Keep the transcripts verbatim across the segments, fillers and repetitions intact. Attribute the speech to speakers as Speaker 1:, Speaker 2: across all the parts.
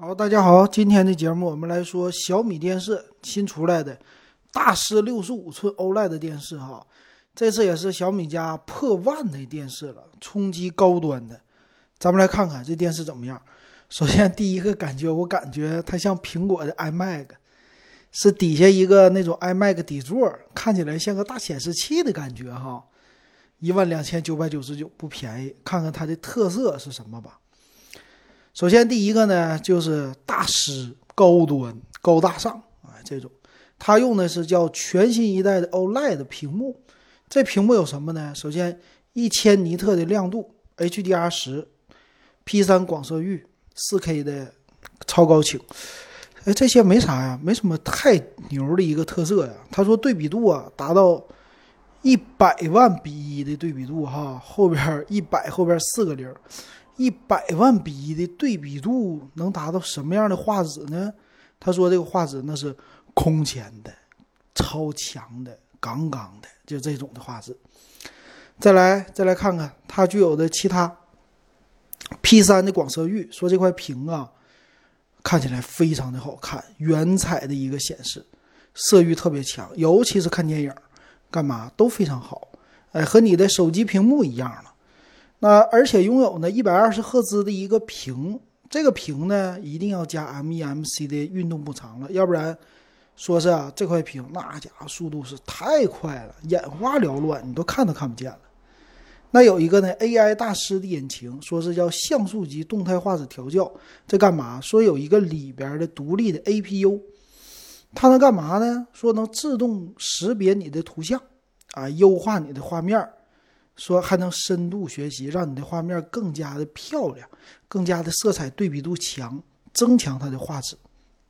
Speaker 1: 好，大家好，今天的节目我们来说小米电视新出来的大师六十五寸 O L E D 电视哈，这次也是小米家破万的电视了，冲击高端的。咱们来看看这电视怎么样。首先第一个感觉，我感觉它像苹果的 iMac， 是底下一个那种 iMac 底座，看起来像个大显示器的感觉哈。一万两千九百九十九不便宜，看看它的特色是什么吧。首先第一个呢，就是大师高端高大上啊，这种它用的是叫全新一代的 O L E D 的屏幕。这屏幕有什么呢？首先一千尼特的亮度 H D R 十 P 三 广色域 四K 的超高清。哎，这些没啥呀，没什么太牛的一个特色呀。他说对比度啊达到一百万比一的对比度哈，后边一百后边四个零。一百万比一的对比度能达到什么样的画质呢？他说这个画质那是空前的、超强的、杠杠的，就这种的画质。再来再来看看它具有的其他 P 三 的广色域，说这块屏啊看起来非常的好看，原彩的一个显示，色域特别强，尤其是看电影干嘛都非常好，哎，和你的手机屏幕一样了。那而且拥有呢一百二十赫兹的一个屏，这个屏呢一定要加 M 一 M C 的运动补偿了，要不然说是啊这块屏那家伙速度是太快了，眼花缭乱，你都看都看不见了。那有一个呢 A I 大师的引擎，说是叫像素级动态画质调教，这干嘛？说有一个里边的独立的 A P U， 它能干嘛呢？说能自动识别你的图像啊，优化你的画面，说还能深度学习，让你的画面更加的漂亮，更加的色彩对比度强，增强它的画质。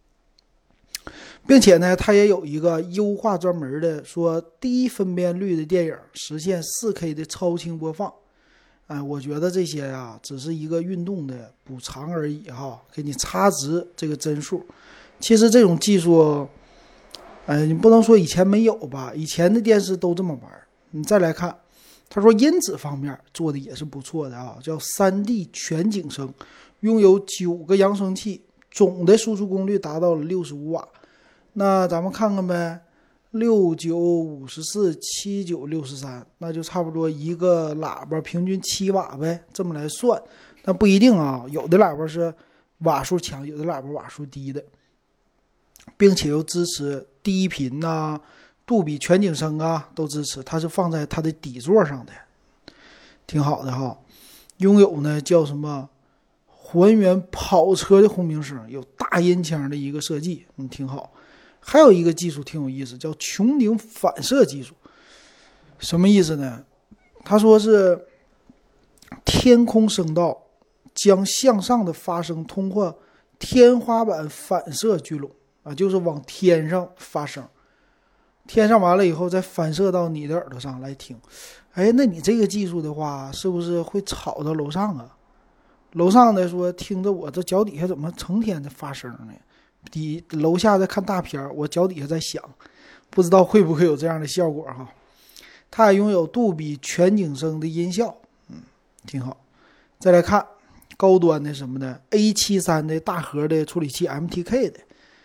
Speaker 1: 并且呢它也有一个优化专门的，说低分辨率的电影实现 四K 的超清播放。哎，我觉得这些啊只是一个运动的补偿而已哈，给你差值这个帧数。其实这种技术哎，你不能说以前没有吧，以前的电视都这么玩。你再来看他说音质方面做的也是不错的啊，叫 三 D 全景声，拥有九个扬声器，总的输出功率达到了六十五瓦。那咱们看看呗，六九五十四七九六十三，那就差不多一个喇叭平均七瓦呗，这么来算。那不一定啊，有的喇叭是瓦数强，有的喇叭瓦数低的，并且又支持低频啊杜比全景声啊都支持，它是放在它的底座上的，挺好的哈。拥有呢叫什么还原跑车的轰鸣声，有大音腔的一个设计，嗯，挺好。还有一个技术挺有意思，叫穹顶反射技术。什么意思呢？他说是天空声道将向上的发声通过天花板反射聚拢啊，就是往天上发声。天上完了以后再反射到你的耳朵上来听。哎，那你这个技术的话是不是会吵到楼上啊？楼上的说听着我这脚底下怎么成天的发声呢？底楼下在看大片，我脚底下在响，不知道会不会有这样的效果哈。它还拥有杜比全景声的音效，嗯，挺好。再来看高端的什么呢？ A 七十三 的大核的处理器 M T K 的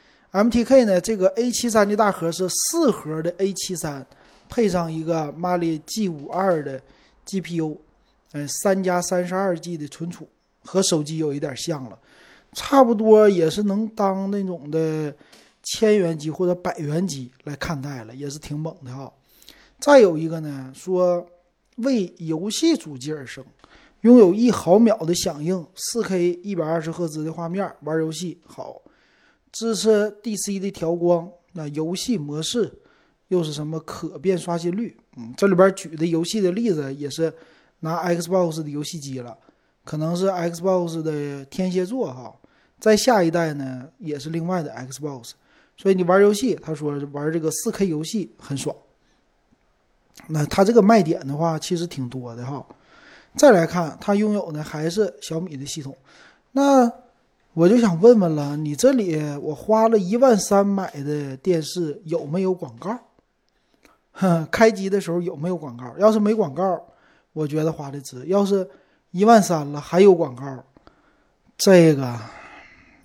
Speaker 1: M T K 呢，这个 A 七十三 的大核是四核的 A 七十三， 配上一个 Mali G 五十二 的 G P U， 呃，三加三十二 G 的存储，和手机有一点像了，差不多也是能当那种的千元机或者百元机来看待了，也是挺猛的哈。再有一个呢，说为游戏主机而生，拥有一毫秒的响应， 四K 一百二十赫兹的画面，玩游戏好。支持 D C 的调光，那游戏模式又是什么可变刷新率？嗯，这里边举的游戏的例子也是拿 Xbox 的游戏机了，可能是 Xbox 的天蝎座哈。在下一代呢，也是另外的 Xbox， 所以你玩游戏，他说玩这个 四K 游戏很爽。那它这个卖点的话，其实挺多的哈。再来看，它拥有的还是小米的系统，那我就想问问了，你这里我花了一万三买的电视有没有广告？哼，开机的时候有没有广告？要是没广告，我觉得花的值；要是一万三了还有广告，这个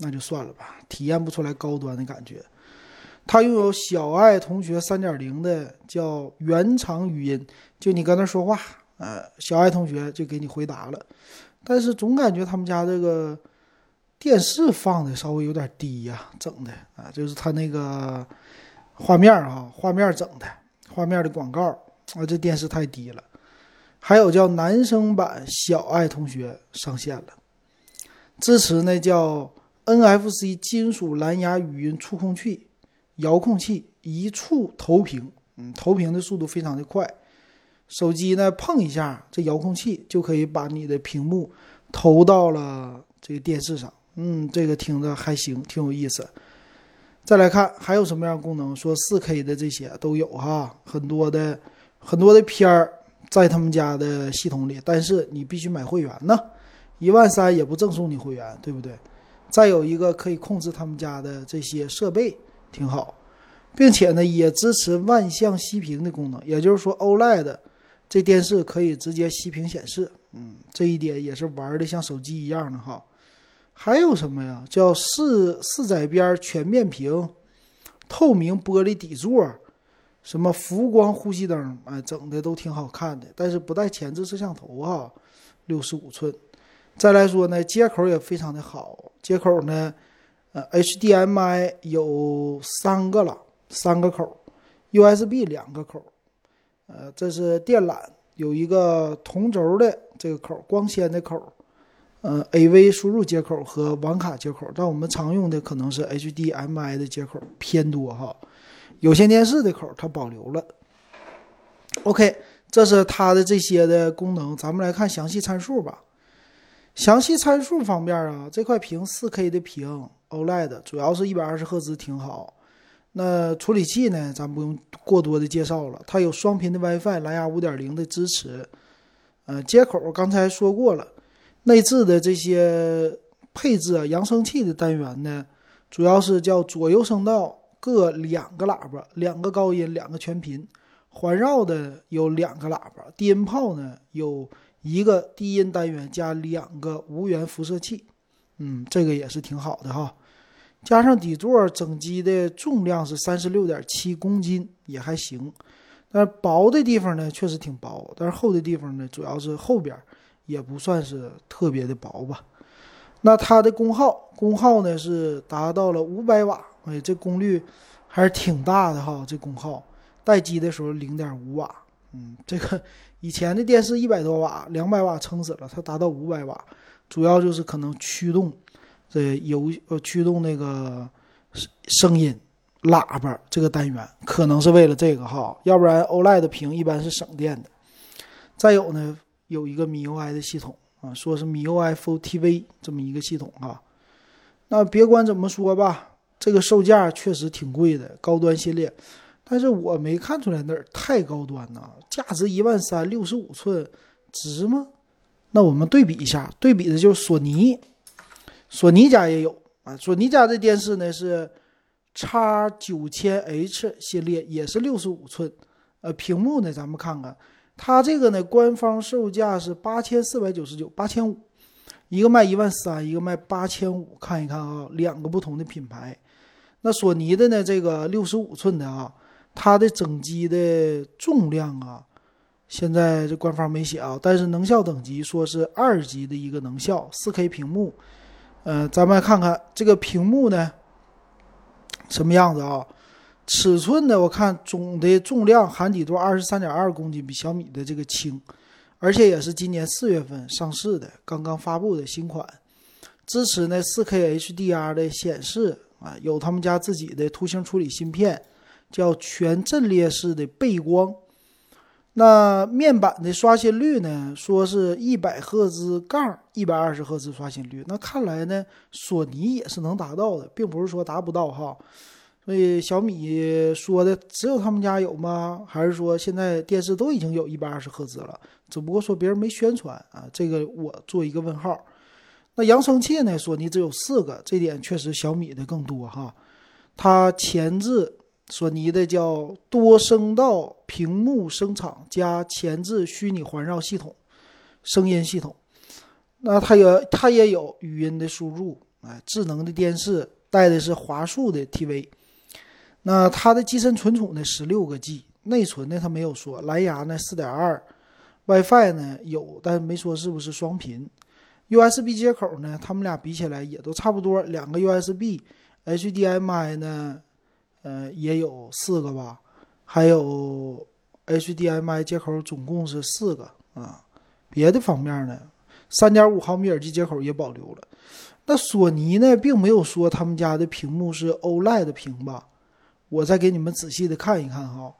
Speaker 1: 那就算了吧，体验不出来高端的感觉。它拥有小爱同学 三点零 的叫原厂语音，就你跟那说话，呃，小爱同学就给你回答了。但是总感觉他们家这个电视放的稍微有点低呀、啊，整的啊，就是它那个画面啊，画面整的，画面的广告啊，这电视太低了。还有叫男生版小爱同学上线了，支持呢叫 N F C 金属蓝牙语音触控器。遥控器一触投屏，嗯，投屏的速度非常的快，手机呢碰一下这遥控器就可以把你的屏幕投到了这个电视上，嗯，这个听着还行，挺有意思。再来看还有什么样的功能，说 四 K 的这些都有哈，很多的很多的片儿在他们家的系统里，但是你必须买会员呢，一万三也不赠送你会员，对不对？再有一个可以控制他们家的这些设备。挺好，并且呢也支持万向息屏的功能，也就是说 O L E D 这电视可以直接息屏显示，嗯，这一点也是玩的像手机一样的哈。还有什么呀？叫四四窄边全面屏、透明玻璃底座、什么浮光呼吸灯，哎，整的都挺好看的，但是不带前置摄像头哈，六十五寸。再来说呢，接口也非常的好，接口呢。呃 ，H D M I 有三个了，三个口 ，U S B 两个口，呃，这是电缆，有一个同轴的这个口，光纤的口，呃 ，A V 输入接口和网卡接口，但我们常用的可能是 H D M I 的接口偏多哈，有线电视的口它保留了。OK， 这是它的这些的功能，咱们来看详细参数吧。详细参数方面啊，这块屏 四 K 的屏。O L E D 主要是一百二十赫兹挺好，那处理器呢咱不用过多的介绍了，它有双频的 WiFi 蓝牙 五点零 的支持，呃，接口刚才说过了，内置的这些配置啊，扬声器的单元呢主要是叫左右声道各两个喇叭，两个高音两个全频，环绕的有两个喇叭，低音炮呢有一个低音单元加两个无源辐射器，嗯，这个也是挺好的哈。加上底座整机的重量是 三十六点七公斤，也还行。但是薄的地方呢确实挺薄，但是厚的地方呢主要是后边也不算是特别的薄吧。那它的功耗功耗呢是达到了五百瓦，哎，这功率还是挺大的哈，这功耗待机的时候 零点五瓦，嗯，这个以前的电视一百多瓦两百瓦撑死了，它达到五百瓦，主要就是可能驱动这有呃驱动那个声音喇叭这个单元，可能是为了这个哈，要不然 O L E D 屏一般是省电的。再有呢，有一个 M I U I 的系统啊，说是 M I U I for T V 这么一个系统啊。那别管怎么说吧，这个售价确实挺贵的，高端系列，但是我没看出来那儿太高端呐，价值一万三，六十五寸，值吗？那我们对比一下，对比的就是索尼。索尼家也有啊，索尼家这电视呢是 X 九千 H 系列，也是六十五寸，呃，屏幕呢咱们看看，它这个呢官方售价是八千四百九十九，八千五，一个卖一万三，一个卖八千五，看一看啊，两个不同的品牌。那索尼的呢这个六十五寸的啊，它的整机的重量啊，现在这官方没写啊，但是能效等级说是二级的一个能效， 四 K 屏幕。呃，咱们来看看这个屏幕呢什么样子啊？尺寸呢，我看总的重量含底座 二十三点二公斤，比小米的这个轻，而且也是今年四月份上市的，刚刚发布的新款。支持呢 四 K H D R 的显示啊，有他们家自己的图形处理芯片，叫全阵列式的背光。那面板的刷新率呢，说是一百赫兹杠一百二十赫兹刷新率，那看来呢索尼也是能达到的，并不是说达不到哈。所以小米说的只有他们家有吗？还是说现在电视都已经有一百二十赫兹了，只不过说别人没宣传啊，这个我做一个问号。那扬声器呢，索尼只有四个，这点确实小米的更多哈。它前置索尼的叫多声道屏幕声场加前置虚拟环绕系统声音系统，那它也它也有语音的输入哎，智能的电视，带的是华数的 T V。那它的机身存储呢十六个 G， 内存呢它没有说，蓝牙呢 四点二， WiFi 呢有，但没说是不是双频。U S B 接口呢，他们俩比起来也都差不多，两个 U S B，H D M I 呢，呃也有四个吧，还有 H D M I 接口总共是四个啊。别的方面呢， 三点五毫米耳机接口也保留了。那索尼呢，并没有说他们家的屏幕是 O L E D 屏吧？我再给你们仔细的看一看哈，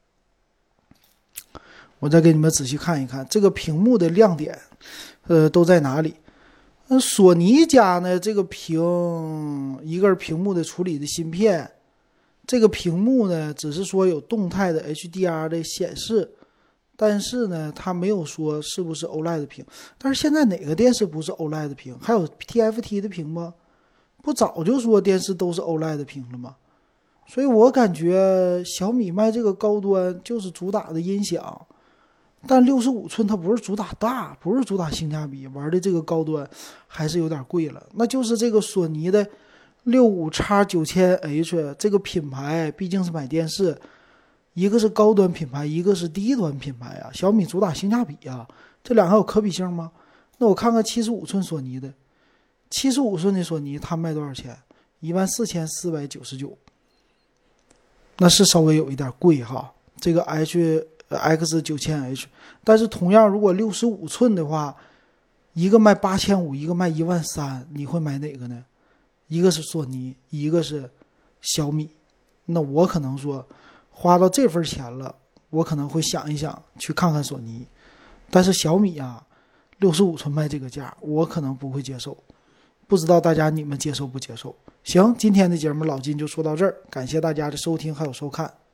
Speaker 1: 我再给你们仔细看一看这个屏幕的亮点，呃，都在哪里？那索尼家呢，这个屏一个屏幕的处理的芯片，这个屏幕呢，只是说有动态的 H D R 的显示，但是呢，它没有说是不是 O L E D 屏。但是现在哪个电视不是 O L E D 屏？还有 T F T 的屏吗？不早就说电视都是 O L E D 屏了吗？所以我感觉小米卖这个高端就是主打的音响，但六十五寸它不是主打大，不是主打性价比，玩的这个高端还是有点贵了。那就是这个索尼的六十五 X 九千 H 这个品牌，毕竟是买电视，一个是高端品牌，一个是低端品牌啊。小米主打性价比啊，这两个有可比性吗？那我看看七十五寸索尼的，七十五寸的索尼它卖多少钱？一万四千四百九十九。那是稍微有一点贵哈，这个 H X 九千 H， 但是同样如果六十五寸的话，一个卖八千五，一个卖一万三，你会买哪个呢？一个是索尼，一个是小米。那我可能说花到这份钱了，我可能会想一想去看看索尼，但是小米啊，六十五寸卖这个价，我可能不会接受。不知道大家你们接受不接受？行，今天的节目老金就说到这儿，感谢大家的收听还有收看。